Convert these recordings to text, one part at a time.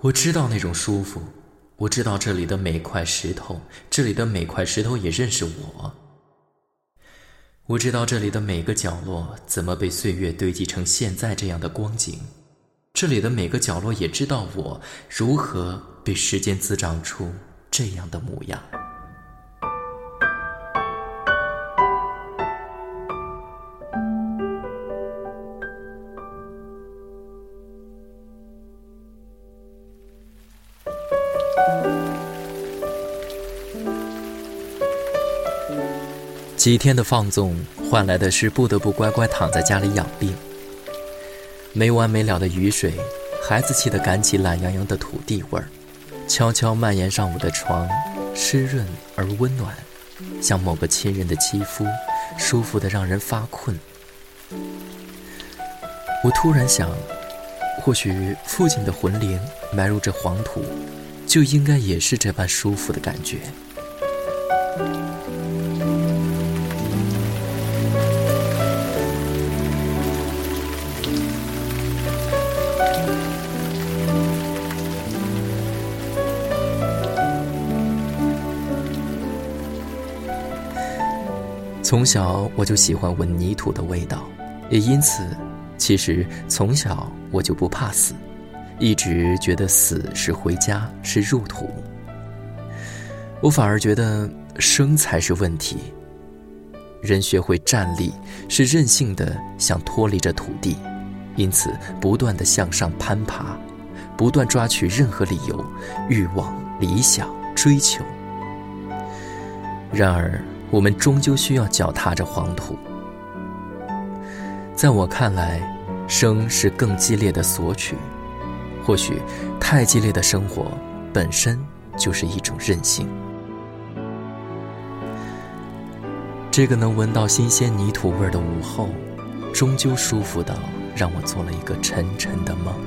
我知道那种舒服，我知道这里的每块石头，这里的每块石头也认识我。我知道这里的每个角落怎么被岁月堆积成现在这样的光景，这里的每个角落也知道我如何被时间滋长出这样的模样。几天的放纵换来的是不得不乖乖躺在家里养病。没完没了的雨水，孩子气地赶起懒洋洋的土地味儿，悄悄蔓延上我的床，湿润而温暖，像某个亲人的肌肤，舒服得让人发困。我突然想，或许父亲的魂灵埋入这黄土，就应该也是这般舒服的感觉。从小我就喜欢闻泥土的味道，也因此，其实从小我就不怕死，一直觉得死是回家，是入土。我反而觉得生才是问题。人学会站立，是任性的想脱离这土地，因此不断地向上攀爬，不断抓取任何理由、欲望、理想、追求。然而我们终究需要脚踏着黄土。在我看来，生是更激烈的索取，或许太激烈的生活本身就是一种任性。这个能闻到新鲜泥土味的午后，终究舒服到让我做了一个沉沉的梦。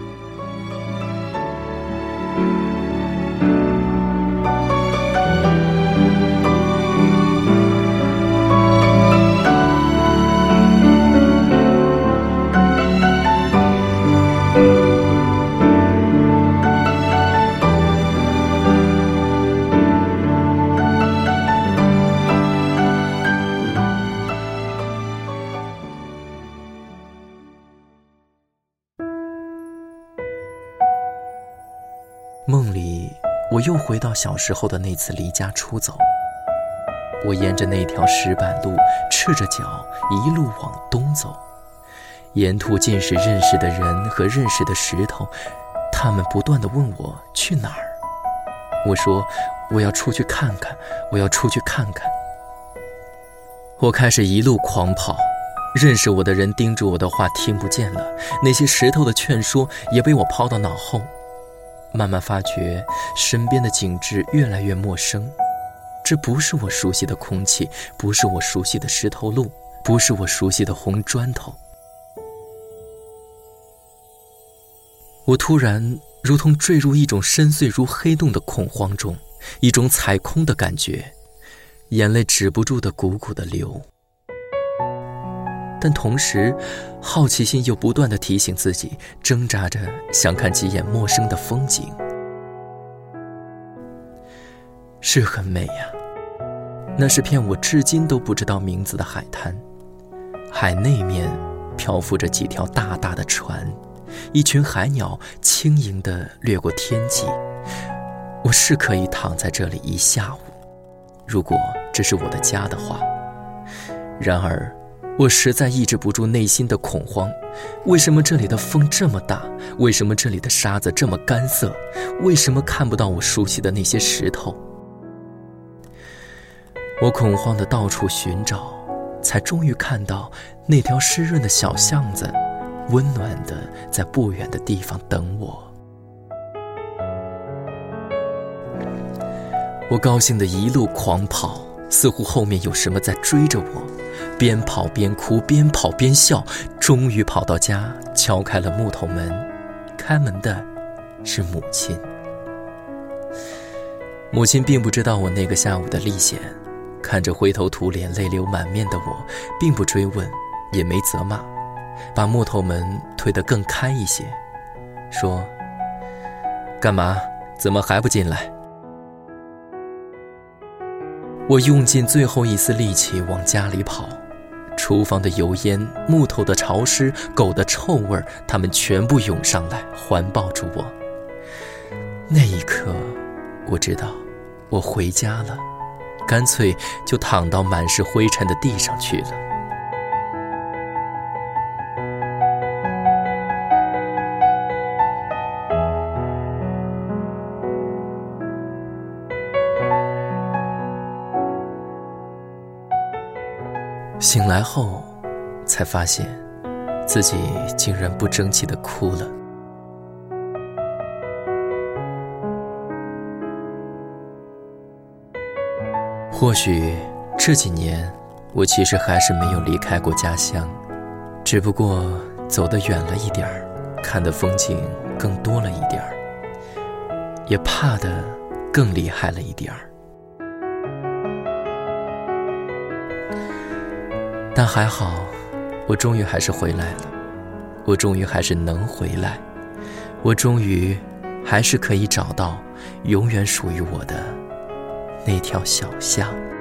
梦里，我又回到小时候的那次离家出走。我沿着那条石板路，赤着脚一路往东走，沿途尽是认识的人和认识的石头，他们不断地问我去哪儿。我说我要出去看看，我要出去看看。我开始一路狂跑，认识我的人叮嘱我的话听不见了，那些石头的劝说也被我抛到脑后。慢慢发觉身边的景致越来越陌生，这不是我熟悉的空气，不是我熟悉的石头路，不是我熟悉的红砖头。我突然如同坠入一种深邃如黑洞的恐慌中，一种踩空的感觉，眼泪止不住的汩汩地流。但同时，好奇心又不断地提醒自己，挣扎着想看几眼陌生的风景。是很美呀，那是片我至今都不知道名字的海滩，海那面漂浮着几条大大的船，一群海鸟轻盈地掠过天际。我是可以躺在这里一下午，如果这是我的家的话。然而我实在抑制不住内心的恐慌，为什么这里的风这么大？为什么这里的沙子这么干涩？为什么看不到我熟悉的那些石头？我恐慌地到处寻找，才终于看到那条湿润的小巷子，温暖地在不远的地方等我。我高兴地一路狂跑，似乎后面有什么在追着我，边跑边哭，边跑边笑，终于跑到家，敲开了木头门。开门的是母亲。母亲并不知道我那个下午的历险，看着灰头土脸泪流满面的我，并不追问，也没责骂，把木头门推得更开一些，说： 干嘛？怎么还不进来？我用尽最后一丝力气往家里跑，厨房的油烟、木头的潮湿、狗的臭味，它们全部涌上来，环抱住我。那一刻，我知道我回家了，干脆就躺到满是灰尘的地上去了。醒来后，才发现自己竟然不争气地哭了。或许这几年我其实还是没有离开过家乡，只不过走得远了一点儿，看的风景更多了一点儿，也怕得更厉害了一点儿。但还好，我终于还是回来了，我终于还是能回来，我终于还是可以找到永远属于我的那条小巷。